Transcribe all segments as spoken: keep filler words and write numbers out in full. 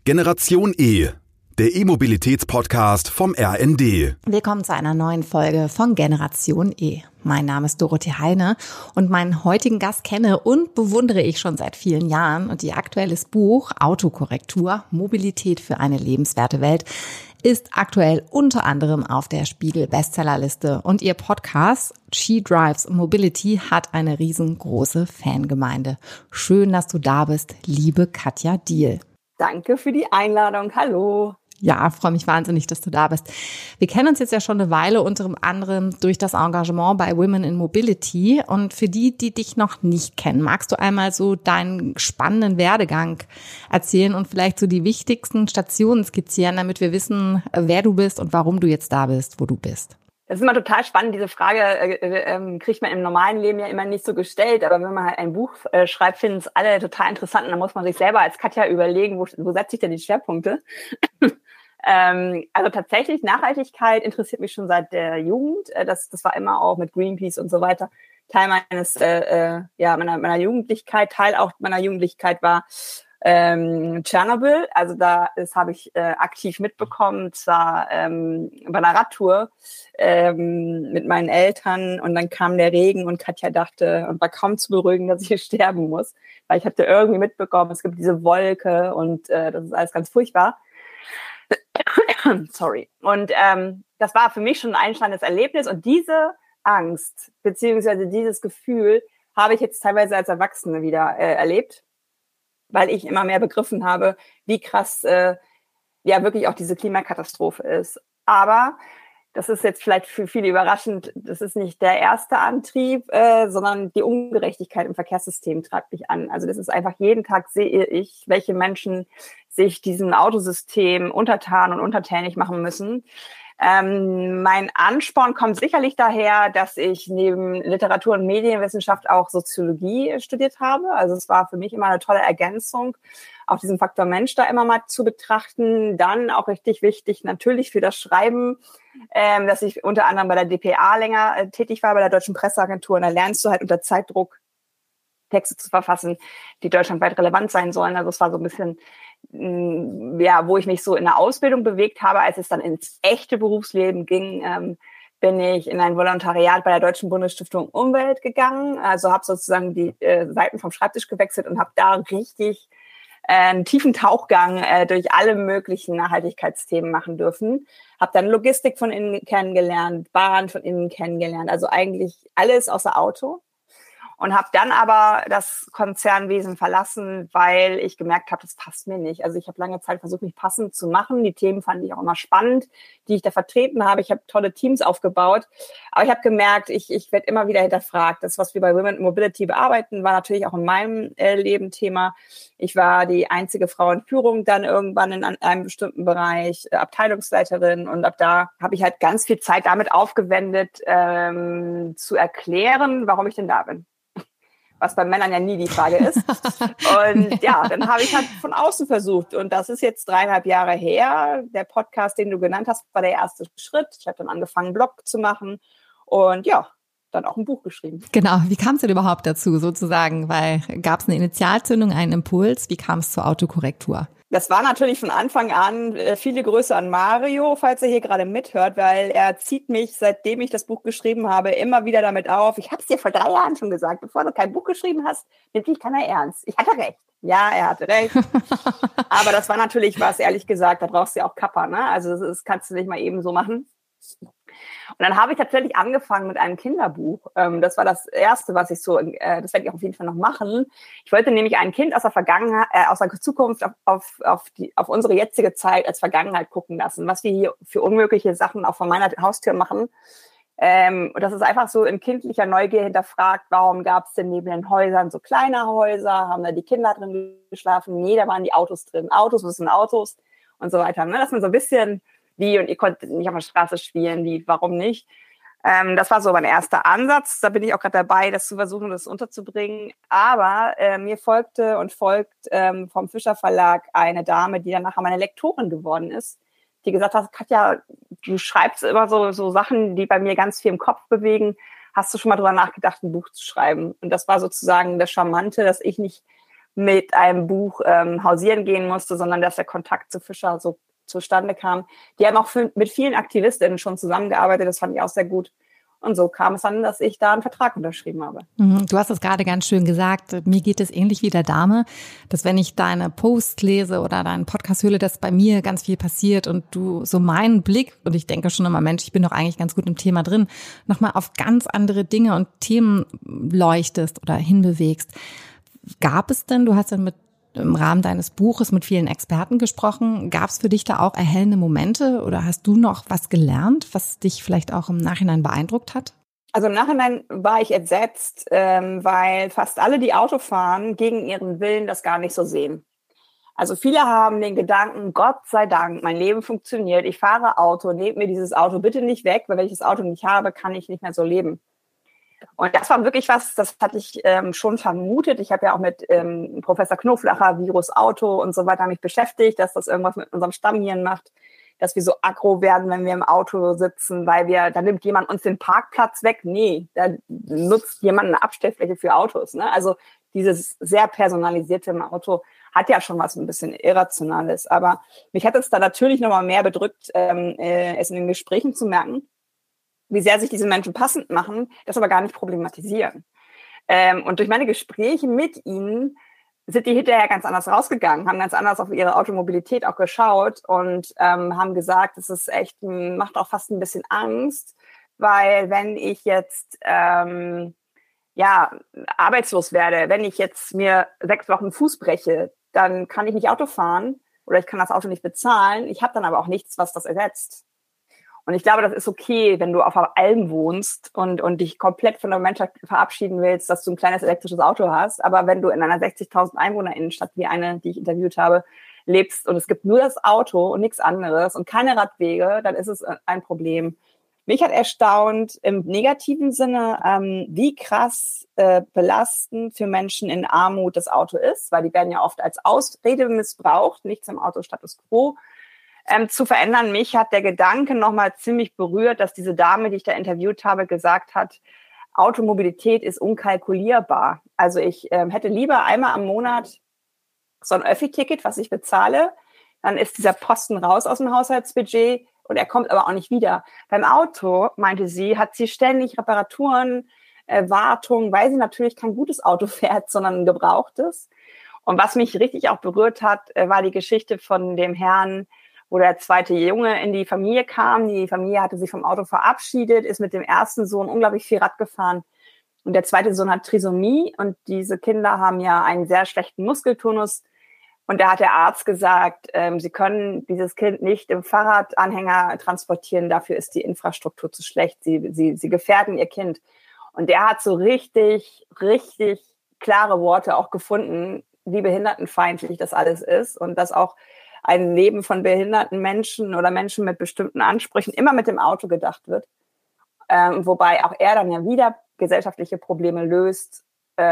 Generation E, der E-Mobilitäts-Podcast vom R N D. Willkommen zu einer neuen Folge von Generation E. Mein Name ist Dorothee Heine und meinen heutigen Gast kenne und bewundere ich schon seit vielen Jahren. Und ihr aktuelles Buch Autokorrektur, Mobilität für eine lebenswerte Welt ist aktuell unter anderem auf der Spiegel-Bestsellerliste. Und ihr Podcast She Drives Mobility hat eine riesengroße Fangemeinde. Schön, dass du da bist, liebe Katja Diehl. Danke für die Einladung. Hallo. Ja, freue mich wahnsinnig, dass du da bist. Wir kennen uns jetzt ja schon eine Weile, unter anderem durch das Engagement bei Women in Mobility. Und für die, die dich noch nicht kennen, magst du einmal so deinen spannenden Werdegang erzählen und vielleicht so die wichtigsten Stationen skizzieren, damit wir wissen, wer du bist und warum du jetzt da bist, wo du bist? Das ist immer total spannend. Diese Frage äh, äh, kriegt man im normalen Leben ja immer nicht so gestellt. Aber wenn man halt ein Buch äh, schreibt, finden es alle total interessant. Und dann muss man sich selber als Katja überlegen, wo, wo setze ich denn die Schwerpunkte? ähm, also tatsächlich, Nachhaltigkeit interessiert mich schon seit der Jugend. Äh, das, das war immer auch mit Greenpeace und so weiter Teil meines, äh, äh, ja, meiner, meiner Jugendlichkeit. Teil auch meiner Jugendlichkeit war Ähm, Tschernobyl, also da das habe ich äh, aktiv mitbekommen, zwar ähm, bei einer Radtour ähm, mit meinen Eltern und dann kam der Regen und Katja dachte und war kaum zu beruhigen, dass ich hier sterben muss, weil ich hatte irgendwie mitbekommen, es gibt diese Wolke und äh, das ist alles ganz furchtbar. Sorry. Und ähm, das war für mich schon ein einschneidendes Erlebnis und diese Angst beziehungsweise dieses Gefühl habe ich jetzt teilweise als Erwachsene wieder äh, erlebt, weil ich immer mehr begriffen habe, wie krass äh, ja wirklich auch diese Klimakatastrophe ist. Aber das ist jetzt vielleicht für viele überraschend, das ist nicht der erste Antrieb, äh, sondern die Ungerechtigkeit im Verkehrssystem treibt mich an. Also das ist einfach, jeden Tag sehe ich, welche Menschen sich diesem Autosystem untertan und untertänig machen müssen. Ähm, mein Ansporn kommt sicherlich daher, dass ich neben Literatur- und Medienwissenschaft auch Soziologie studiert habe. Also es war für mich immer eine tolle Ergänzung, auch diesen Faktor Mensch da immer mal zu betrachten. Dann auch richtig wichtig natürlich für das Schreiben, ähm, dass ich unter anderem bei der D P A länger äh, tätig war, bei der Deutschen Presseagentur. Und da lernst du halt unter Zeitdruck Texte zu verfassen, die deutschlandweit relevant sein sollen. Also es war so ein bisschen, ja, wo ich mich so in der Ausbildung bewegt habe. Als es dann ins echte Berufsleben ging, ähm, bin ich in ein Volontariat bei der Deutschen Bundesstiftung Umwelt gegangen. Also habe sozusagen die äh, Seiten vom Schreibtisch gewechselt und habe da richtig äh, einen tiefen Tauchgang äh, durch alle möglichen Nachhaltigkeitsthemen machen dürfen. Habe dann Logistik von innen kennengelernt, Bahn von innen kennengelernt. Also eigentlich alles außer Auto. Und habe dann aber das Konzernwesen verlassen, weil ich gemerkt habe, das passt mir nicht. Also ich habe lange Zeit versucht, mich passend zu machen. Die Themen fand ich auch immer spannend, die ich da vertreten habe. Ich habe tolle Teams aufgebaut. Aber ich habe gemerkt, ich, ich werde immer wieder hinterfragt. Das, was wir bei Women in Mobility bearbeiten, war natürlich auch in meinem äh, Leben Thema. Ich war die einzige Frau in Führung dann irgendwann in einem bestimmten Bereich, äh, Abteilungsleiterin. Und ab da habe ich halt ganz viel Zeit damit aufgewendet, ähm, zu erklären, warum ich denn da bin. Was bei Männern ja nie die Frage ist. Und ja, dann habe ich halt von außen versucht. Und das ist jetzt dreieinhalb Jahre her. Der Podcast, den du genannt hast, war der erste Schritt. Ich habe dann angefangen, einen Blog zu machen. Und ja, dann auch ein Buch geschrieben. Genau. Wie kam es denn überhaupt dazu, sozusagen? Weil gab es eine Initialzündung, einen Impuls? Wie kam es zur Autokorrektur? Das war natürlich von Anfang an äh, viele Grüße an Mario, falls er hier gerade mithört, weil er zieht mich, seitdem ich das Buch geschrieben habe, immer wieder damit auf. Ich habe es dir vor drei Jahren schon gesagt, bevor du kein Buch geschrieben hast, nimmt dich keiner ernst. Ich hatte recht. Ja, er hatte recht. Aber das war natürlich was, ehrlich gesagt, da brauchst du ja auch Kappa, ne? Also das, das kannst du nicht mal eben so machen. Und dann habe ich tatsächlich angefangen mit einem Kinderbuch. Ähm, das war das Erste, was ich so, äh, das werde ich auf jeden Fall noch machen. Ich wollte nämlich ein Kind aus der Vergangenheit, äh, aus der Zukunft auf, auf, auf, die, auf unsere jetzige Zeit als Vergangenheit gucken lassen, was wir hier für unmögliche Sachen auch vor meiner Haustür machen. Ähm, und das ist einfach so in kindlicher Neugier hinterfragt, warum gab es denn neben den Häusern so kleine Häuser, haben da die Kinder drin geschlafen, nee, da waren die Autos drin. Autos, was sind Autos und so weiter. Ne? Dass man so ein bisschen wie, und ihr konntet nicht auf der Straße spielen, wie, warum nicht? Ähm, das war so mein erster Ansatz. Da bin ich auch gerade dabei, das zu versuchen, das unterzubringen. Aber äh, mir folgte und folgt ähm, vom Fischer Verlag eine Dame, die dann nachher meine Lektorin geworden ist, die gesagt hat, Katja, du schreibst immer so, so Sachen, die bei mir ganz viel im Kopf bewegen. Hast du schon mal drüber nachgedacht, ein Buch zu schreiben? Und das war sozusagen das Charmante, dass ich nicht mit einem Buch ähm, hausieren gehen musste, sondern dass der Kontakt zu Fischer so zustande kam. Die haben auch für, mit vielen AktivistInnen schon zusammengearbeitet, das fand ich auch sehr gut. Und so kam es dann, dass ich da einen Vertrag unterschrieben habe. Du hast es gerade ganz schön gesagt, mir geht es ähnlich wie der Dame, dass wenn ich deine Posts lese oder deinen Podcast höre, dass bei mir ganz viel passiert und du so meinen Blick, und ich denke schon immer, Mensch, ich bin doch eigentlich ganz gut im Thema drin, nochmal auf ganz andere Dinge und Themen leuchtest oder hinbewegst. Gab es denn, du hast dann mit im Rahmen deines Buches mit vielen Experten gesprochen. Gab es für dich da auch erhellende Momente oder hast du noch was gelernt, was dich vielleicht auch im Nachhinein beeindruckt hat? Also im Nachhinein war ich entsetzt, ähm, weil fast alle, die Auto fahren, gegen ihren Willen das gar nicht so sehen. Also viele haben den Gedanken, Gott sei Dank, mein Leben funktioniert, ich fahre Auto, nehmt mir dieses Auto bitte nicht weg, weil wenn ich das Auto nicht habe, kann ich nicht mehr so leben. Und das war wirklich was, das hatte ich ähm, schon vermutet. Ich habe ja auch mit ähm, Professor Knoflacher, Virus Auto und so weiter mich beschäftigt, dass das irgendwas mit unserem Stammhirn macht, dass wir so aggro werden, wenn wir im Auto sitzen, weil wir, da nimmt jemand uns den Parkplatz weg. Nee, da nutzt jemand eine Abstellfläche für Autos. Ne? Also dieses sehr personalisierte im Auto hat ja schon was ein bisschen Irrationales. Aber mich hat es da natürlich nochmal mehr bedrückt, ähm, äh, es in den Gesprächen zu merken, wie sehr sich diese Menschen passend machen, das aber gar nicht problematisieren. Ähm, und durch meine Gespräche mit ihnen sind die hinterher ganz anders rausgegangen, haben ganz anders auf ihre Automobilität auch geschaut und ähm, haben gesagt, es ist echt, macht auch fast ein bisschen Angst, weil wenn ich jetzt ähm, ja arbeitslos werde, wenn ich jetzt mir sechs Wochen Fuß breche, dann kann ich nicht Auto fahren oder ich kann das Auto nicht bezahlen. Ich habe dann aber auch nichts, was das ersetzt. Und ich glaube, das ist okay, wenn du auf einer Alm wohnst und, und dich komplett von der Menschheit verabschieden willst, dass du ein kleines elektrisches Auto hast. Aber wenn du in einer sechzigtausend Einwohner-Innenstadt, wie eine, die ich interviewt habe, lebst und es gibt nur das Auto und nichts anderes und keine Radwege, dann ist es ein Problem. Mich hat erstaunt im negativen Sinne, ähm, wie krass äh, belastend für Menschen in Armut das Auto ist, weil die werden ja oft als Ausrede missbraucht, nichts im Auto Status quo. Ähm, zu verändern. Mich hat der Gedanke nochmal ziemlich berührt, dass diese Dame, die ich da interviewt habe, gesagt hat, Automobilität ist unkalkulierbar. Also ich ähm, hätte lieber einmal am Monat so ein Öffi-Ticket, was ich bezahle, dann ist dieser Posten raus aus dem Haushaltsbudget und er kommt aber auch nicht wieder. Beim Auto, meinte sie, hat sie ständig Reparaturen, äh, Wartung, weil sie natürlich kein gutes Auto fährt, sondern ein gebrauchtes. Und was mich richtig auch berührt hat, äh, war die Geschichte von dem Herrn, wo der zweite Junge in die Familie kam. Die Familie hatte sich vom Auto verabschiedet, ist mit dem ersten Sohn unglaublich viel Rad gefahren. Und der zweite Sohn hat Trisomie und diese Kinder haben ja einen sehr schlechten Muskeltonus. Und da hat der Arzt gesagt, ähm, sie können dieses Kind nicht im Fahrradanhänger transportieren, dafür ist die Infrastruktur zu schlecht. Sie, sie, sie gefährden ihr Kind. Und der hat so richtig, richtig klare Worte auch gefunden, wie behindertenfeindlich das alles ist und dass auch ein Leben von behinderten Menschen oder Menschen mit bestimmten Ansprüchen immer mit dem Auto gedacht wird. Ähm, wobei auch er dann ja wieder gesellschaftliche Probleme löst,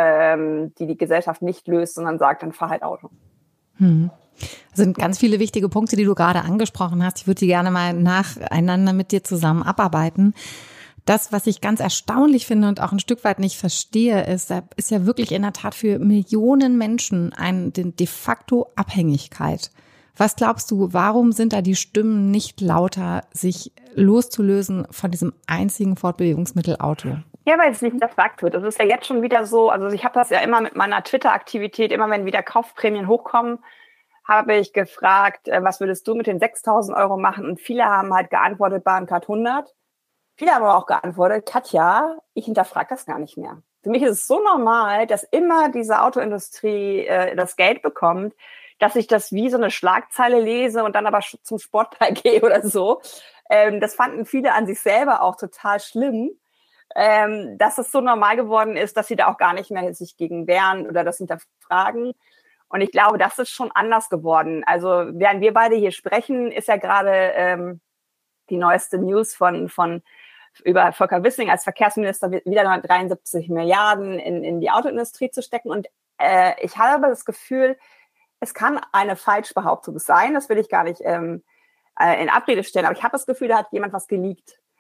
ähm, die die Gesellschaft nicht löst, sondern sagt, dann fahr halt Auto. Hm. Das sind ganz viele wichtige Punkte, die du gerade angesprochen hast. Ich würde die gerne mal nacheinander mit dir zusammen abarbeiten. Das, was ich ganz erstaunlich finde und auch ein Stück weit nicht verstehe, ist, da ist ja wirklich in der Tat für Millionen Menschen eine de facto Abhängigkeit. Was glaubst du, warum sind da die Stimmen nicht lauter, sich loszulösen von diesem einzigen Fortbewegungsmittel Auto? Ja, weil es nicht hinterfragt wird. Es ist ja jetzt schon wieder so, also ich habe das ja immer mit meiner Twitter-Aktivität, immer wenn wieder Kaufprämien hochkommen, habe ich gefragt, was würdest du mit den sechstausend Euro machen? Und viele haben halt geantwortet, Bahncard hundert. Viele haben aber auch geantwortet, Katja, ich hinterfrage das gar nicht mehr. Für mich ist es so normal, dass immer diese Autoindustrie äh, das Geld bekommt, dass ich das wie so eine Schlagzeile lese und dann aber zum Sportball gehe oder so. Ähm, das fanden viele an sich selber auch total schlimm, ähm, dass es so normal geworden ist, dass sie da auch gar nicht mehr sich gegen wehren oder das hinterfragen. Und ich glaube, das ist schon anders geworden. Also während wir beide hier sprechen, ist ja gerade ähm, die neueste News von von über Volker Wissing als Verkehrsminister wieder dreiundsiebzig Milliarden in, in die Autoindustrie zu stecken. Und äh, ich habe das Gefühl, es kann eine Falschbehauptung sein, das will ich gar nicht ähm, äh, in Abrede stellen, aber ich habe das Gefühl, da hat jemand was geleakt.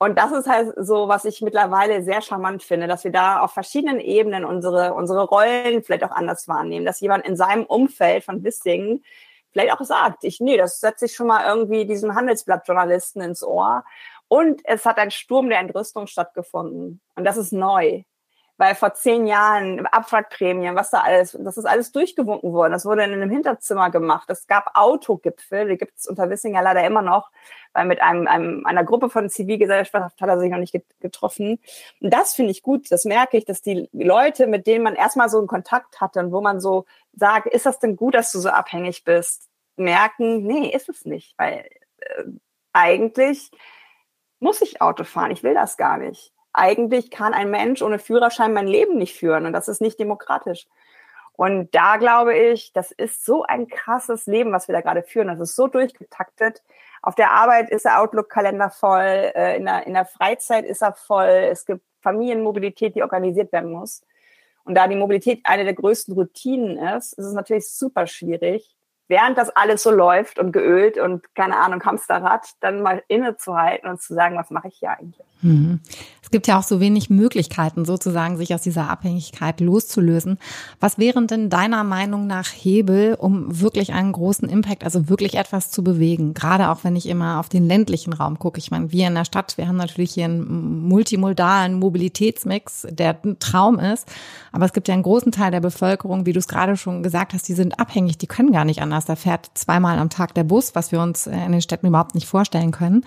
Und das ist halt so, was ich mittlerweile sehr charmant finde, dass wir da auf verschiedenen Ebenen unsere, unsere Rollen vielleicht auch anders wahrnehmen, dass jemand in seinem Umfeld von Wissingen vielleicht auch sagt, ich, nee, das setze ich schon mal irgendwie diesem Handelsblattjournalisten ins Ohr. Und es hat ein Sturm der Entrüstung stattgefunden. Und das ist neu. Weil vor zehn Jahren Abwrackprämien, was da alles, das ist alles durchgewunken worden. Das wurde in einem Hinterzimmer gemacht. Es gab Autogipfel, die gibt es unter Wissing ja leider immer noch, weil mit einem, einem einer Gruppe von Zivilgesellschaft hat er sich noch nicht getroffen. Und das finde ich gut. Das merke ich, dass die Leute, mit denen man erstmal so einen Kontakt hatte und wo man so sagt, ist das denn gut, dass du so abhängig bist, merken, nee, ist es nicht. Weil äh, eigentlich muss ich Auto fahren. Ich will das gar nicht. Eigentlich kann ein Mensch ohne Führerschein mein Leben nicht führen und das ist nicht demokratisch. Und da glaube ich, das ist so ein krasses Leben, was wir da gerade führen. Das ist so durchgetaktet. Auf der Arbeit ist der Outlook-Kalender voll, in der, in der Freizeit ist er voll. Es gibt Familienmobilität, die organisiert werden muss. Und da die Mobilität eine der größten Routinen ist, ist es natürlich super schwierig, während das alles so läuft und geölt und, keine Ahnung, Hamsterrad, dann mal innezuhalten und zu sagen, was mache ich hier eigentlich? Mhm. Es gibt ja auch so wenig Möglichkeiten, sozusagen sich aus dieser Abhängigkeit loszulösen. Was wären denn deiner Meinung nach Hebel, um wirklich einen großen Impact, also wirklich etwas zu bewegen? Gerade auch, wenn ich immer auf den ländlichen Raum gucke. Ich meine, wir in der Stadt, wir haben natürlich hier einen multimodalen Mobilitätsmix, der ein Traum ist. Aber es gibt ja einen großen Teil der Bevölkerung, wie du es gerade schon gesagt hast, die sind abhängig, die können gar nicht anders. Da fährt zweimal am Tag der Bus, was wir uns in den Städten überhaupt nicht vorstellen können.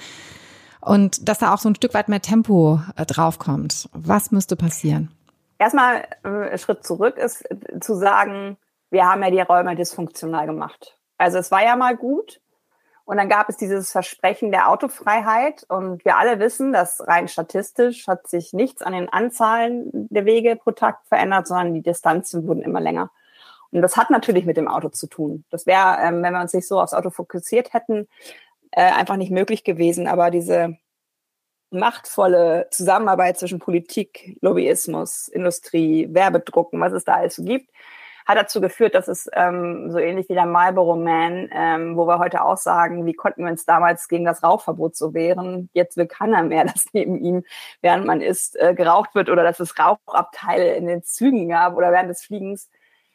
Und dass da auch so ein Stück weit mehr Tempo äh, draufkommt. Was müsste passieren? Erstmal äh, ein Schritt zurück ist äh, zu sagen, wir haben ja die Räume dysfunktional gemacht. Also es war ja mal gut und dann gab es dieses Versprechen der Autofreiheit und wir alle wissen, dass rein statistisch hat sich nichts an den Anzahlen der Wege pro Tag verändert, sondern die Distanzen wurden immer länger. Und das hat natürlich mit dem Auto zu tun. Das wäre, ähm, wenn wir uns nicht so aufs Auto fokussiert hätten, Äh, einfach nicht möglich gewesen. Aber diese machtvolle Zusammenarbeit zwischen Politik, Lobbyismus, Industrie, Werbedrucken, was es da alles so gibt, hat dazu geführt, dass es ähm, so ähnlich wie der Marlboro Man, ähm, wo wir heute auch sagen, wie konnten wir uns damals gegen das Rauchverbot so wehren? Jetzt will keiner mehr, dass neben ihm, während man isst, äh, geraucht wird oder dass es Rauchabteile in den Zügen gab oder während des Fliegens.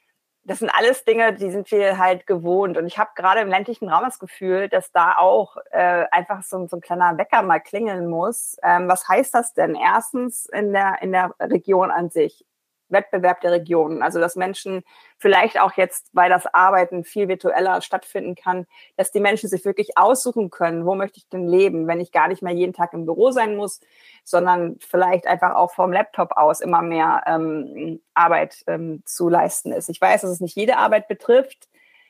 Das sind alles Dinge, die sind wir halt gewohnt. Und ich habe gerade im ländlichen Raum das Gefühl, dass da auch äh, einfach so, so ein kleiner Wecker mal klingeln muss. Ähm, was heißt das denn? Erstens in der, in der Region an sich. Wettbewerb der Regionen. Also dass Menschen vielleicht auch jetzt, weil das Arbeiten viel virtueller stattfinden kann, dass die Menschen sich wirklich aussuchen können, wo möchte ich denn leben, wenn ich gar nicht mehr jeden Tag im Büro sein muss, sondern vielleicht einfach auch vom Laptop aus immer mehr ähm, Arbeit ähm, zu leisten ist. Ich weiß, dass es nicht jede Arbeit betrifft,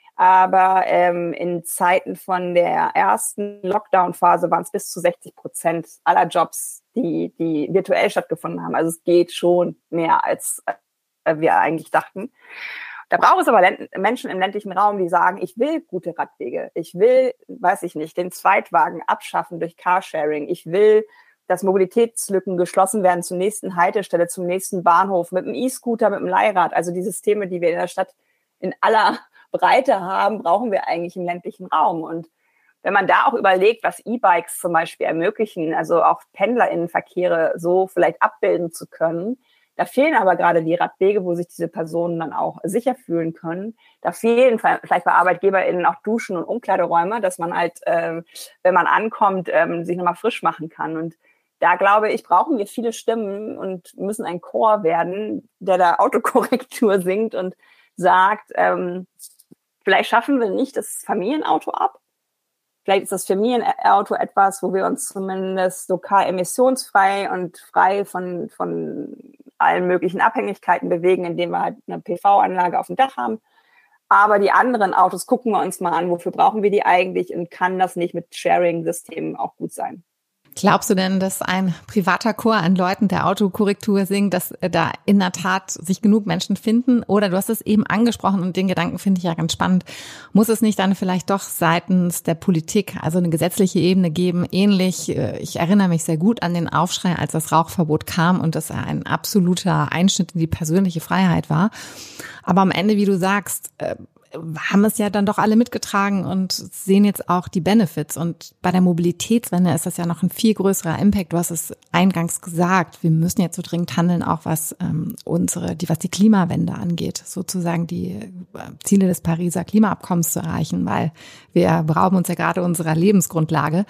aber ähm, in Zeiten von der ersten Lockdown-Phase waren es bis zu sechzig Prozent aller Jobs, die, die virtuell stattgefunden haben. Also es geht schon mehr, als äh, wir eigentlich dachten. Da braucht es aber Länd- Menschen im ländlichen Raum, die sagen, ich will gute Radwege. Ich will, weiß ich nicht, den Zweitwagen abschaffen durch Carsharing. Ich will, dass Mobilitätslücken geschlossen werden zur nächsten Haltestelle, zum nächsten Bahnhof, mit dem E-Scooter, mit dem Leihrad. Also die Systeme, die wir in der Stadt in aller Breite haben, brauchen wir eigentlich im ländlichen Raum. Und wenn man da auch überlegt, was E-Bikes zum Beispiel ermöglichen, also auch PendlerInnenverkehre so vielleicht abbilden zu können, da fehlen aber gerade die Radwege, wo sich diese Personen dann auch sicher fühlen können. Da fehlen vielleicht bei ArbeitgeberInnen auch Duschen und Umkleideräume, dass man halt, äh, wenn man ankommt, ähm, sich nochmal frisch machen kann. Und da glaube ich, brauchen wir viele Stimmen und müssen ein Chor werden, der da Autokorrektur singt und sagt, ähm, vielleicht schaffen wir nicht das Familienauto ab. Vielleicht ist das Familienauto etwas, wo wir uns zumindest lokal emissionsfrei und frei von, von allen möglichen Abhängigkeiten bewegen, indem wir halt eine P V-Anlage auf dem Dach haben. Aber die anderen Autos gucken wir uns mal an, wofür brauchen wir die eigentlich und kann das nicht mit Sharing-Systemen auch gut sein? Glaubst du denn, dass ein privater Chor an Leuten der Autokorrektur singt, dass da in der Tat sich genug Menschen finden? Oder du hast es eben angesprochen und den Gedanken finde ich ja ganz spannend. Muss es nicht dann vielleicht doch seitens der Politik, also eine gesetzliche Ebene geben? Ähnlich, ich erinnere mich sehr gut an den Aufschrei, als das Rauchverbot kam und das ein absoluter Einschnitt in die persönliche Freiheit war. Aber am Ende, wie du sagst, haben es ja dann doch alle mitgetragen und sehen jetzt auch die Benefits. Und bei der Mobilitätswende ist das ja noch ein viel größerer Impact. Du hast es eingangs gesagt, wir müssen jetzt so dringend handeln, auch was ähm, unsere, die, was die Klimawende angeht, sozusagen die äh, Ziele des Pariser Klimaabkommens zu erreichen, weil wir berauben uns ja gerade unserer Lebensgrundlage.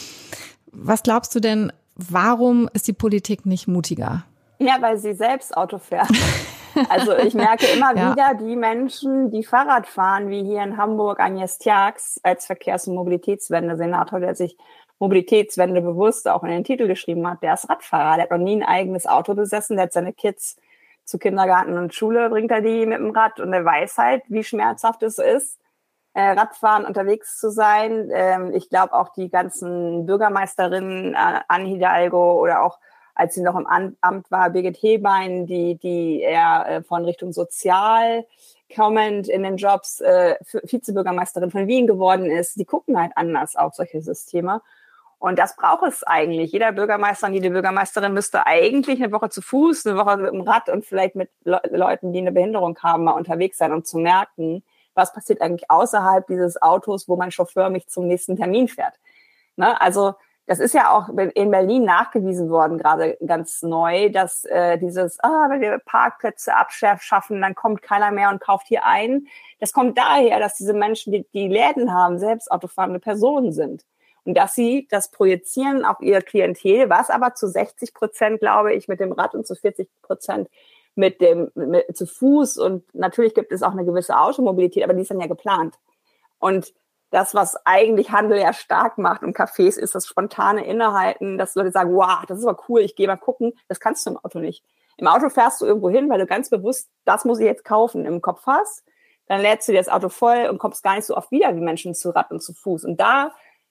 Was glaubst du denn, warum ist die Politik nicht mutiger? Ja, weil sie selbst Auto fährt. Also ich merke immer ja. wieder, die Menschen, die Fahrrad fahren, wie hier in Hamburg Agnes Tjax als Verkehrs- und Mobilitätswende-Senator, der sich Mobilitätswende bewusst auch in den Titel geschrieben hat, der ist Radfahrer, der hat noch nie ein eigenes Auto besessen, der hat seine Kids zu Kindergarten und Schule, bringt er die mit dem Rad und er weiß halt, wie schmerzhaft es ist, äh, Radfahren unterwegs zu sein. Ähm, ich glaube auch die ganzen Bürgermeisterinnen, äh, Anne Hidalgo oder auch als sie noch im Amt war, Birgit Hebein, die, die eher äh, von Richtung Sozial kommend in den Jobs äh, Vizebürgermeisterin von Wien geworden ist, die gucken halt anders auf solche Systeme. Und das braucht es eigentlich. Jeder Bürgermeister und jede Bürgermeisterin müsste eigentlich eine Woche zu Fuß, eine Woche mit dem Rad und vielleicht mit Le- Leuten, die eine Behinderung haben, mal unterwegs sein, um zu merken, was passiert eigentlich außerhalb dieses Autos, wo mein Chauffeur mich zum nächsten Termin fährt. Ne? Also das ist ja auch in Berlin nachgewiesen worden, gerade ganz neu, dass äh, dieses, ah, wenn wir Parkplätze abschaffen, dann kommt keiner mehr und kauft hier ein. Das kommt daher, dass diese Menschen, die die Läden haben, selbst autofahrende Personen sind. Und dass sie das projizieren auf ihr Klientel, was aber zu sechzig Prozent, glaube ich, mit dem Rad und zu vierzig Prozent mit dem mit, zu Fuß. Und natürlich gibt es auch eine gewisse Automobilität, aber die ist dann ja geplant. Und das, was eigentlich Handel ja stark macht und Cafés, ist das spontane Innehalten, dass Leute sagen, wow, das ist aber cool, ich gehe mal gucken. Das kannst du im Auto nicht. Im Auto fährst du irgendwo hin, weil du ganz bewusst, das muss ich jetzt kaufen, im Kopf hast. Dann lädst du dir das Auto voll und kommst gar nicht so oft wieder wie Menschen zu Rad und zu Fuß. Und da,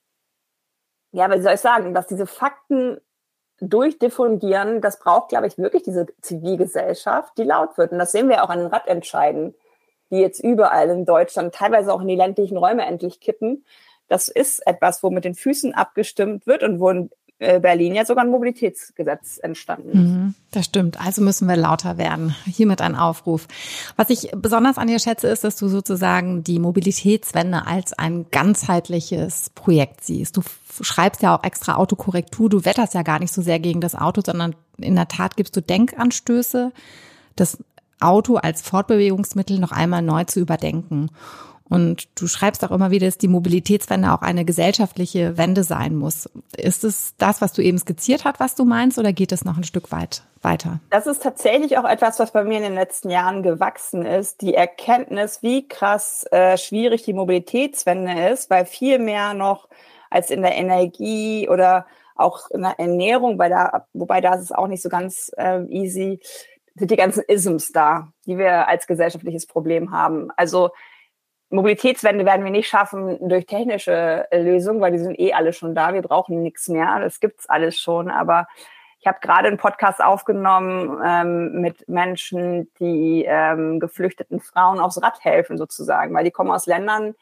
ja, wie soll ich sagen, dass diese Fakten durchdiffundieren, das braucht, glaube ich, wirklich diese Zivilgesellschaft, die laut wird. Und das sehen wir auch an den Radentscheiden, die jetzt überall in Deutschland, teilweise auch in die ländlichen Räume endlich kippen. Das ist etwas, wo mit den Füßen abgestimmt wird und wo in Berlin ja sogar ein Mobilitätsgesetz entstanden ist. Mhm, das stimmt. Also müssen wir lauter werden. Hiermit ein Aufruf. Was ich besonders an dir schätze, ist, dass du sozusagen die Mobilitätswende als ein ganzheitliches Projekt siehst. Du schreibst ja auch extra Autokorrektur. Du wetterst ja gar nicht so sehr gegen das Auto, sondern in der Tat gibst du Denkanstöße, das Auto als Fortbewegungsmittel noch einmal neu zu überdenken. Und du schreibst auch immer wieder, dass die Mobilitätswende auch eine gesellschaftliche Wende sein muss. Ist es das, was du eben skizziert hast, was du meinst, oder geht es noch ein Stück weit weiter? Das ist tatsächlich auch etwas, was bei mir in den letzten Jahren gewachsen ist. Die Erkenntnis, wie krass äh, schwierig die Mobilitätswende ist, weil viel mehr noch als in der Energie oder auch in der Ernährung, bei der, wobei da ist es auch nicht so ganz äh, easy, sind die ganzen Isms da, die wir als gesellschaftliches Problem haben. Also Mobilitätswende werden wir nicht schaffen durch technische Lösungen, weil die sind eh alle schon da. Wir brauchen nichts mehr. Das gibt's alles schon. Aber ich habe gerade einen Podcast aufgenommen ähm, mit Menschen, die ähm, geflüchteten Frauen aufs Rad helfen sozusagen, weil die kommen aus Ländern,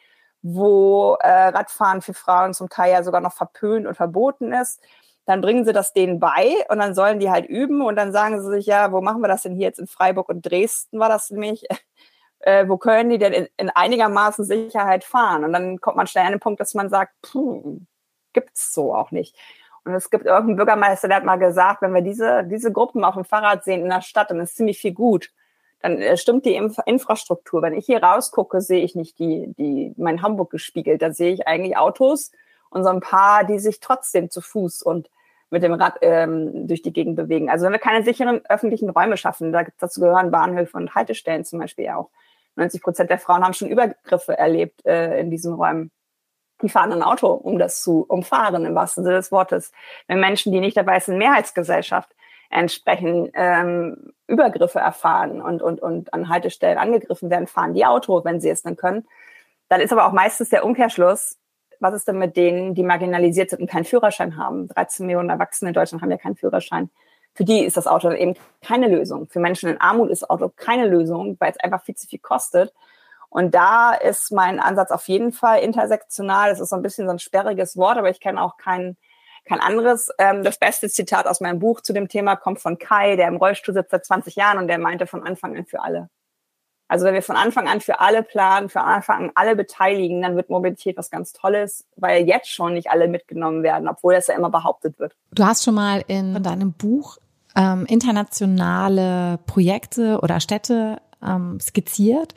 wo äh, Radfahren für Frauen zum Teil ja sogar noch verpönt und verboten ist. Dann bringen sie das denen bei und dann sollen die halt üben und dann sagen sie sich, ja, wo machen wir das denn hier jetzt in Freiburg und Dresden war das nämlich, äh, wo können die denn in, in einigermaßen Sicherheit fahren? Und dann kommt man schnell an den Punkt, dass man sagt, puh, gibt's so auch nicht. Und es gibt irgendeinen Bürgermeister, der hat mal gesagt, wenn wir diese diese Gruppen auf dem Fahrrad sehen in der Stadt, dann ist ziemlich viel gut. Dann äh, stimmt die Inf- Infrastruktur. Wenn ich hier rausgucke, sehe ich nicht die die mein Hamburg gespiegelt. Da sehe ich eigentlich Autos und so ein paar, die sich trotzdem zu Fuß und mit dem Rad ähm, durch die Gegend bewegen. Also wenn wir keine sicheren öffentlichen Räume schaffen, da, dazu gehören Bahnhöfe und Haltestellen zum Beispiel auch. neunzig Prozent der Frauen haben schon Übergriffe erlebt äh, in diesen Räumen. Die fahren ein Auto, um das zu umfahren, im wahrsten Sinne des Wortes. Wenn Menschen, die nicht der weißen Mehrheitsgesellschaft entsprechend ähm, Übergriffe erfahren und, und, und an Haltestellen angegriffen werden, fahren die Auto, wenn sie es dann können. Dann ist aber auch meistens der Umkehrschluss, was ist denn mit denen, die marginalisiert sind und keinen Führerschein haben? dreizehn Millionen Erwachsene in Deutschland haben ja keinen Führerschein. Für die ist das Auto dann eben keine Lösung. Für Menschen in Armut ist das Auto keine Lösung, weil es einfach viel zu viel kostet. Und da ist mein Ansatz auf jeden Fall intersektional. Das ist so ein bisschen so ein sperriges Wort, aber ich kenne auch kein, kein anderes. Das beste Zitat aus meinem Buch zu dem Thema kommt von Kai, der im Rollstuhl sitzt seit zwanzig Jahren und der meinte von Anfang an für alle. Also wenn wir von Anfang an für alle planen, für Anfang an alle beteiligen, dann wird Mobilität was ganz Tolles, weil jetzt schon nicht alle mitgenommen werden, obwohl das ja immer behauptet wird. Du hast schon mal in deinem Buch ähm, internationale Projekte oder Städte ähm, skizziert.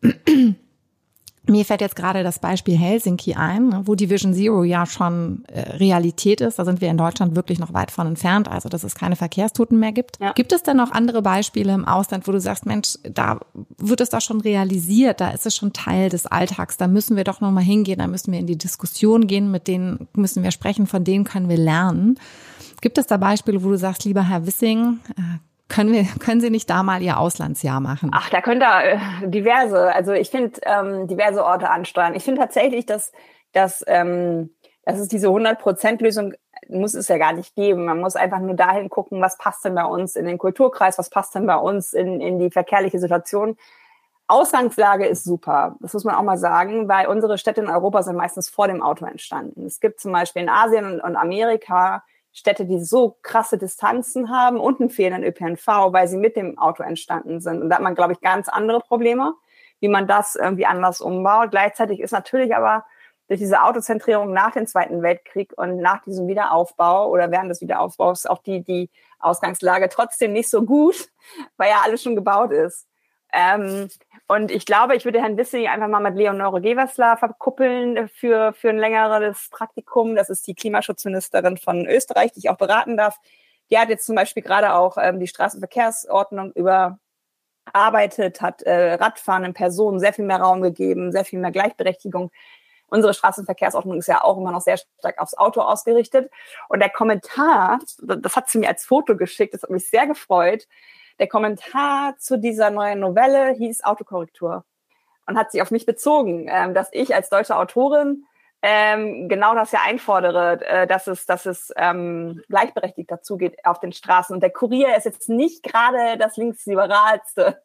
Mir fällt jetzt gerade das Beispiel Helsinki ein, wo die Vision Zero ja schon äh, Realität ist. Da sind wir in Deutschland wirklich noch weit von entfernt, also dass es keine Verkehrstoten mehr gibt. Ja. Gibt es denn noch andere Beispiele im Ausland, wo du sagst, Mensch, da wird es doch schon realisiert, da ist es schon Teil des Alltags, da müssen wir doch noch mal hingehen, da müssen wir in die Diskussion gehen, mit denen müssen wir sprechen, von denen können wir lernen. Gibt es da Beispiele, wo du sagst, lieber Herr Wissing, äh, Können wir, können Sie nicht da mal Ihr Auslandsjahr machen? Ach, da könnt ihr äh, diverse, also ich finde ähm, diverse Orte ansteuern. Ich finde tatsächlich, dass, dass, ähm, dass es diese hundert Prozent Lösung muss es ja gar nicht geben. Man muss einfach nur dahin gucken, was passt denn bei uns in den Kulturkreis, was passt denn bei uns in, in die verkehrliche Situation. Ausgangslage ist super, das muss man auch mal sagen, weil unsere Städte in Europa sind meistens vor dem Auto entstanden. Es gibt zum Beispiel in Asien und, und Amerika Städte, die so krasse Distanzen haben und einen fehlenden Ö P N V, weil sie mit dem Auto entstanden sind. Und da hat man, glaube ich, ganz andere Probleme, wie man das irgendwie anders umbaut. Gleichzeitig ist natürlich aber durch diese Autozentrierung nach dem Zweiten Weltkrieg und nach diesem Wiederaufbau oder während des Wiederaufbaus auch die, die Ausgangslage trotzdem nicht so gut, weil ja alles schon gebaut ist. Ähm, und ich glaube, ich würde Herrn Wissing einfach mal mit Leonore Gewessler verkuppeln für, für ein längeres Praktikum. Das ist die Klimaschutzministerin von Österreich, die ich auch beraten darf. Die hat jetzt zum Beispiel gerade auch ähm, die Straßenverkehrsordnung überarbeitet, hat äh, radfahrenden Personen sehr viel mehr Raum gegeben, sehr viel mehr Gleichberechtigung. Unsere Straßenverkehrsordnung ist ja auch immer noch sehr stark aufs Auto ausgerichtet. Und der Kommentar, das hat sie mir als Foto geschickt, das hat mich sehr gefreut. Der Kommentar zu dieser neuen Novelle hieß Autokorrektur und hat sich auf mich bezogen, ähm, dass ich als deutsche Autorin ähm, genau das ja einfordere, äh, dass es, dass es ähm, gleichberechtigt dazugeht auf den Straßen. Und der Kurier ist jetzt nicht gerade das linksliberalste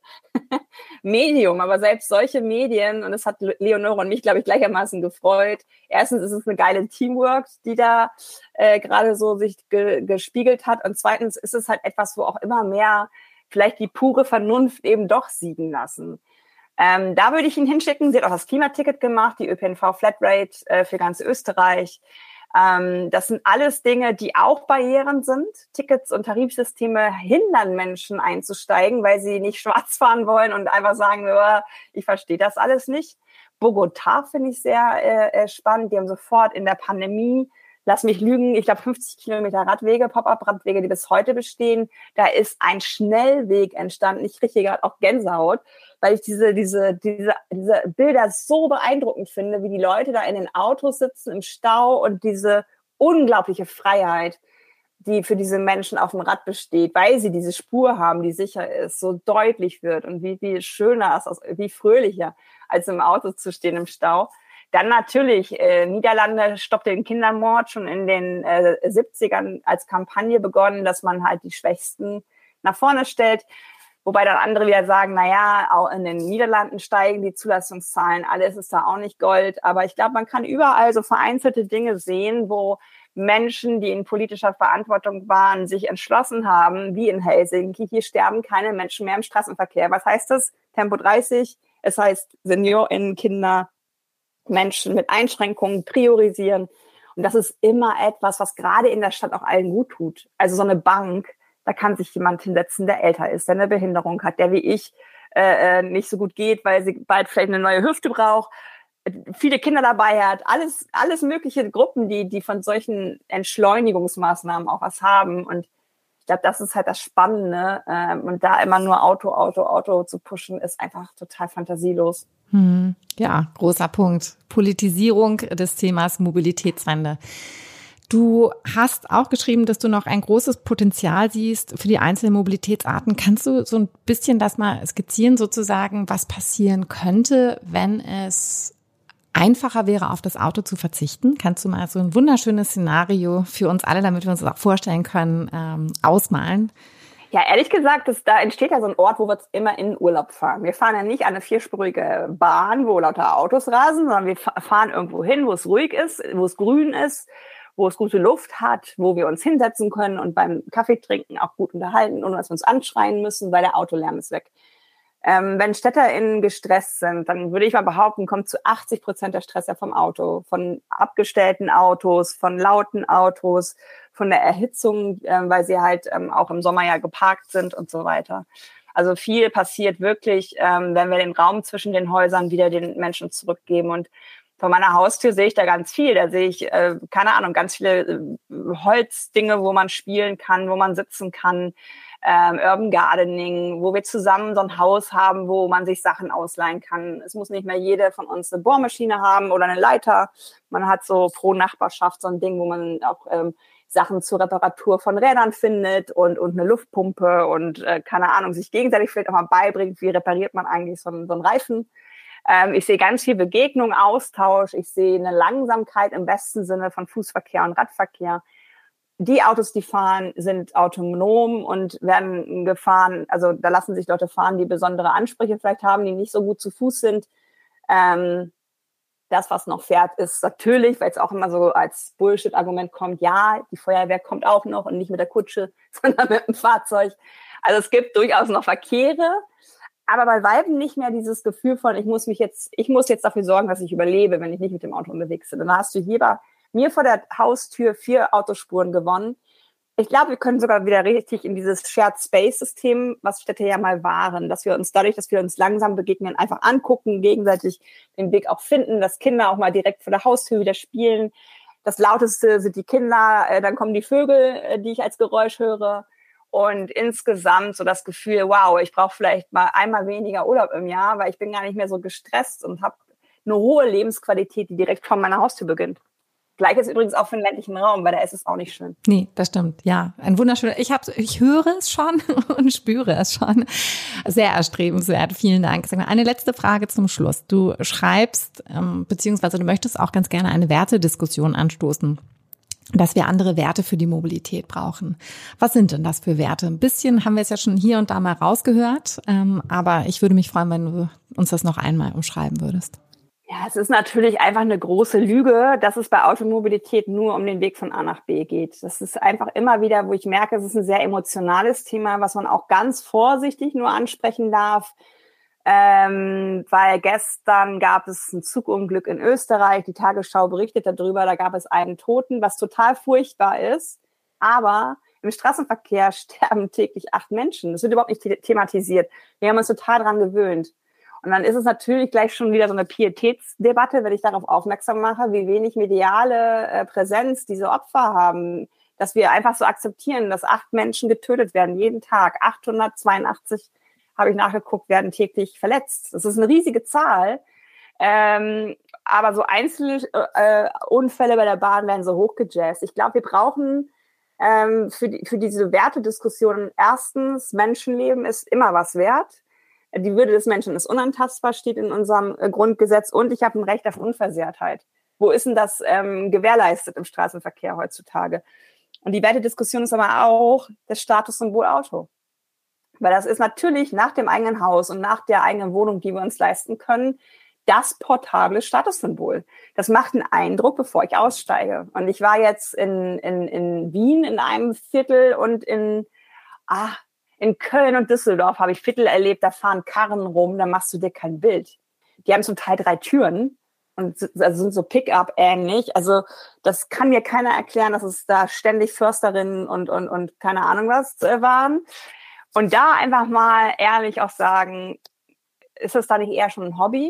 Medium, aber selbst solche Medien, und das hat Leonore und mich, glaube ich, gleichermaßen gefreut. Erstens ist es eine geile Teamwork, die da äh, gerade so sich ge- gespiegelt hat. Und zweitens ist es halt etwas, wo auch immer mehr vielleicht die pure Vernunft eben doch siegen lassen. Ähm, da würde ich ihn hinschicken. Sie hat auch das Klimaticket gemacht, die Ö P N V-Flatrate äh, für ganz Österreich. Ähm, das sind alles Dinge, die auch Barrieren sind. Tickets und Tarifsysteme hindern Menschen einzusteigen, weil sie nicht schwarz fahren wollen und einfach sagen, oh, ich verstehe das alles nicht. Bogotá finde ich sehr äh, spannend. Die haben sofort in der Pandemie, lass mich lügen, ich glaube fünfzig Kilometer Radwege, Pop-up-Radwege, die bis heute bestehen. Da ist ein Schnellweg entstanden. Ich kriege hier gerade auch Gänsehaut, weil ich diese, diese, diese, diese Bilder so beeindruckend finde, wie die Leute da in den Autos sitzen im Stau und diese unglaubliche Freiheit, die für diese Menschen auf dem Rad besteht, weil sie diese Spur haben, die sicher ist, so deutlich wird und wie, wie schöner ist, wie fröhlicher, als im Auto zu stehen im Stau. Dann natürlich, äh, Niederlande stoppt den Kindermord schon in den äh, siebzigern als Kampagne begonnen, dass man halt die Schwächsten nach vorne stellt. Wobei dann andere wieder sagen, na ja, auch in den Niederlanden steigen die Zulassungszahlen, alles ist da auch nicht Gold. Aber ich glaube, man kann überall so vereinzelte Dinge sehen, wo Menschen, die in politischer Verantwortung waren, sich entschlossen haben, wie in Helsinki, hier sterben keine Menschen mehr im Straßenverkehr. Was heißt das? Tempo dreißig, es heißt SeniorInnen, Kinder, Menschen mit Einschränkungen priorisieren. Und das ist immer etwas, was gerade in der Stadt auch allen gut tut. Also so eine Bank, da kann sich jemand hinsetzen, der älter ist, der eine Behinderung hat, der wie ich äh, nicht so gut geht, weil sie bald vielleicht eine neue Hüfte braucht, viele Kinder dabei hat, alles alles mögliche Gruppen, die die von solchen Entschleunigungsmaßnahmen auch was haben. Und ich glaube, das ist halt das Spannende. Ähm, und da immer nur Auto, Auto, Auto zu pushen, ist einfach total fantasielos. Hm, ja, großer Punkt. Politisierung des Themas Mobilitätswende. Du hast auch geschrieben, dass du noch ein großes Potenzial siehst für die einzelnen Mobilitätsarten. Kannst du so ein bisschen das mal skizzieren, sozusagen, was passieren könnte, wenn es einfacher wäre, auf das Auto zu verzichten? Kannst du mal so ein wunderschönes Szenario für uns alle, damit wir uns das auch vorstellen können, ähm, ausmalen? Ja, ehrlich gesagt, das, da entsteht ja so ein Ort, wo wir immer in Urlaub fahren. Wir fahren ja nicht an eine vierspurige Bahn, wo lauter Autos rasen, sondern wir fahren irgendwo hin, wo es ruhig ist, wo es grün ist, wo es gute Luft hat, wo wir uns hinsetzen können und beim Kaffee trinken auch gut unterhalten, ohne dass wir uns anschreien müssen, weil der Autolärm ist weg. Ähm, wenn StädterInnen gestresst sind, dann würde ich mal behaupten, kommt zu achtzig Prozent der Stress ja vom Auto, von abgestellten Autos, von lauten Autos, von der Erhitzung, äh, weil sie halt ähm, auch im Sommer ja geparkt sind und so weiter. Also viel passiert wirklich, ähm, wenn wir den Raum zwischen den Häusern wieder den Menschen zurückgeben. Und vor meiner Haustür sehe ich da ganz viel. Da sehe ich, äh, keine Ahnung, ganz viele äh, Holzdinge, wo man spielen kann, wo man sitzen kann. Ähm, Urban Gardening, wo wir zusammen so ein Haus haben, wo man sich Sachen ausleihen kann. Es muss nicht mehr jede von uns eine Bohrmaschine haben oder eine Leiter. Man hat so pro Nachbarschaft so ein Ding, wo man auch ähm, Sachen zur Reparatur von Rädern findet und und eine Luftpumpe und äh, keine Ahnung, sich gegenseitig vielleicht auch mal beibringt, wie repariert man eigentlich so einen, so einen Reifen. Ähm, ich sehe ganz viel Begegnung, Austausch. Ich sehe eine Langsamkeit im besten Sinne von Fußverkehr und Radverkehr. Die Autos, die fahren, sind autonom und werden gefahren, also da lassen sich Leute fahren, die besondere Ansprüche vielleicht haben, die nicht so gut zu Fuß sind. Ähm, das, was noch fährt, ist natürlich, weil es auch immer so als Bullshit-Argument kommt, ja, die Feuerwehr kommt auch noch und nicht mit der Kutsche, sondern mit dem Fahrzeug. Also es gibt durchaus noch Verkehre, aber bei Weitem nicht mehr dieses Gefühl von, ich muss mich jetzt, ich muss jetzt dafür sorgen, dass ich überlebe, wenn ich nicht mit dem Auto unterwegs bin. Dann hast du hier bei mir vor der Haustür vier Autospuren gewonnen. Ich glaube, wir können sogar wieder richtig in dieses Shared Space-System, was Städte ja mal waren, dass wir uns dadurch, dass wir uns langsam begegnen, einfach angucken, gegenseitig den Weg auch finden, dass Kinder auch mal direkt vor der Haustür wieder spielen. Das Lauteste sind die Kinder, äh, dann kommen die Vögel, äh, die ich als Geräusch höre. Und insgesamt so das Gefühl, wow, ich brauche vielleicht mal einmal weniger Urlaub im Jahr, weil ich bin gar nicht mehr so gestresst und habe eine hohe Lebensqualität, die direkt vor meiner Haustür beginnt. Gleiches übrigens auch für den ländlichen Raum, weil da ist es auch nicht schön. Nee, das stimmt. Ja, ein wunderschöner, ich habe, ich höre es schon und spüre es schon. Sehr erstrebenswert. Vielen Dank. Sag mal, eine letzte Frage zum Schluss. Du schreibst, ähm, beziehungsweise du möchtest auch ganz gerne eine Wertediskussion anstoßen, dass wir andere Werte für die Mobilität brauchen. Was sind denn das für Werte? Ein bisschen haben wir es ja schon hier und da mal rausgehört, ähm, aber ich würde mich freuen, wenn du uns das noch einmal umschreiben würdest. Ja, es ist natürlich einfach eine große Lüge, dass es bei Automobilität nur um den Weg von A nach B geht. Das ist einfach immer wieder, wo ich merke, es ist ein sehr emotionales Thema, was man auch ganz vorsichtig nur ansprechen darf. Ähm, weil gestern gab es ein Zugunglück in Österreich. Die Tagesschau berichtet darüber, da gab es einen Toten, was total furchtbar ist. Aber im Straßenverkehr sterben täglich acht Menschen. Das wird überhaupt nicht thematisiert. Wir haben uns total dran gewöhnt. Und dann ist es natürlich gleich schon wieder so eine Pietätsdebatte, wenn ich darauf aufmerksam mache, wie wenig mediale äh, Präsenz diese Opfer haben, dass wir einfach so akzeptieren, dass acht Menschen getötet werden, jeden Tag. achthundertzweiundachtzig, habe ich nachgeguckt, werden täglich verletzt. Das ist eine riesige Zahl. Ähm, aber so einzelne äh, Unfälle bei der Bahn werden so hochgejazzt. Ich glaube, wir brauchen ähm, für, die, für diese Wertediskussion erstens, Menschenleben ist immer was wert. Die Würde des Menschen ist unantastbar, steht in unserem Grundgesetz. Und ich habe ein Recht auf Unversehrtheit. Wo ist denn das ähm, gewährleistet im Straßenverkehr heutzutage? Und die Wertediskussion ist aber auch das Statussymbol Auto. Weil das ist natürlich nach dem eigenen Haus und nach der eigenen Wohnung, die wir uns leisten können, das portable Statussymbol. Das macht einen Eindruck, bevor ich aussteige. Und ich war jetzt in, in, in Wien in einem Viertel und in... ah In Köln und Düsseldorf habe ich Viertel erlebt, da fahren Karren rum, da machst du dir kein Bild. Die haben zum Teil drei Türen und also sind so Pick-up ähnlich. Also das kann mir keiner erklären, dass es da ständig Försterinnen und und und keine Ahnung was waren. Und da einfach mal ehrlich auch sagen, ist das da nicht eher schon ein Hobby?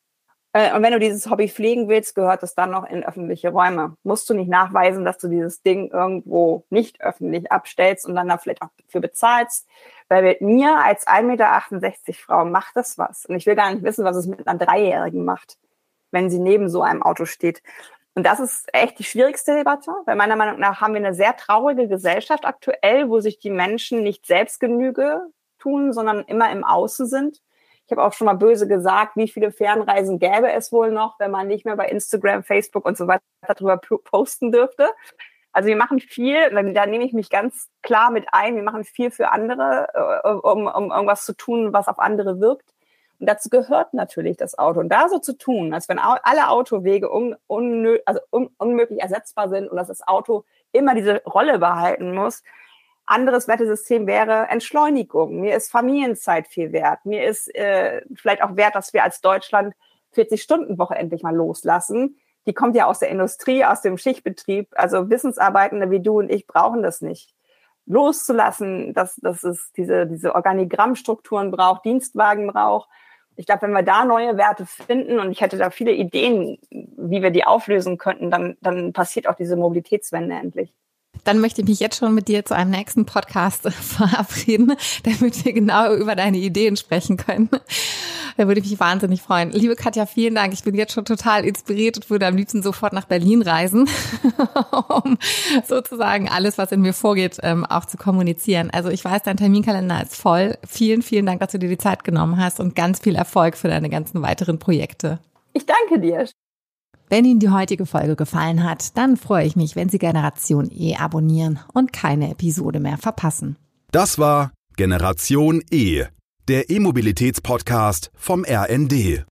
Und wenn du dieses Hobby pflegen willst, gehört das dann noch in öffentliche Räume. Musst du nicht nachweisen, dass du dieses Ding irgendwo nicht öffentlich abstellst und dann da vielleicht auch dafür bezahlst. Weil mit mir als ein Meter achtundsechzig Frau macht das was. Und ich will gar nicht wissen, was es mit einer Dreijährigen macht, wenn sie neben so einem Auto steht. Und das ist echt die schwierigste Debatte, weil meiner Meinung nach haben wir eine sehr traurige Gesellschaft aktuell, wo sich die Menschen nicht Selbstgenüge tun, sondern immer im Außen sind. Ich habe auch schon mal böse gesagt, wie viele Fernreisen gäbe es wohl noch, wenn man nicht mehr bei Instagram, Facebook und so weiter darüber posten dürfte. Also wir machen viel, da nehme ich mich ganz klar mit ein, wir machen viel für andere, um, um irgendwas zu tun, was auf andere wirkt. Und dazu gehört natürlich das Auto. Und da so zu tun, als wenn alle Autowege un, unnö, also un, unmöglich ersetzbar sind und dass das Auto immer diese Rolle behalten muss, Anderes Wertesystem wäre Entschleunigung. Mir ist Familienzeit viel wert. Mir ist äh, vielleicht auch wert, dass wir als Deutschland vierzig-Stunden-Woche endlich mal loslassen. Die kommt ja aus der Industrie, aus dem Schichtbetrieb. Also Wissensarbeitende wie du und ich brauchen das nicht. Loszulassen, dass, dass es diese, diese Organigrammstrukturen braucht, Dienstwagen braucht. Ich glaube, wenn wir da neue Werte finden, und ich hätte da viele Ideen, wie wir die auflösen könnten, dann, dann passiert auch diese Mobilitätswende endlich. Dann möchte ich mich jetzt schon mit dir zu einem nächsten Podcast verabreden, damit wir genau über deine Ideen sprechen können. Da würde ich mich wahnsinnig freuen. Liebe Katja, vielen Dank. Ich bin jetzt schon total inspiriert und würde am liebsten sofort nach Berlin reisen, um sozusagen alles, was in mir vorgeht, auch zu kommunizieren. Also ich weiß, dein Terminkalender ist voll. Vielen, vielen Dank, dass du dir die Zeit genommen hast und ganz viel Erfolg für deine ganzen weiteren Projekte. Ich danke dir. Wenn Ihnen die heutige Folge gefallen hat, dann freue ich mich, wenn Sie Generation E abonnieren und keine Episode mehr verpassen. Das war Generation E, der E-Mobilitäts-Podcast vom R N D.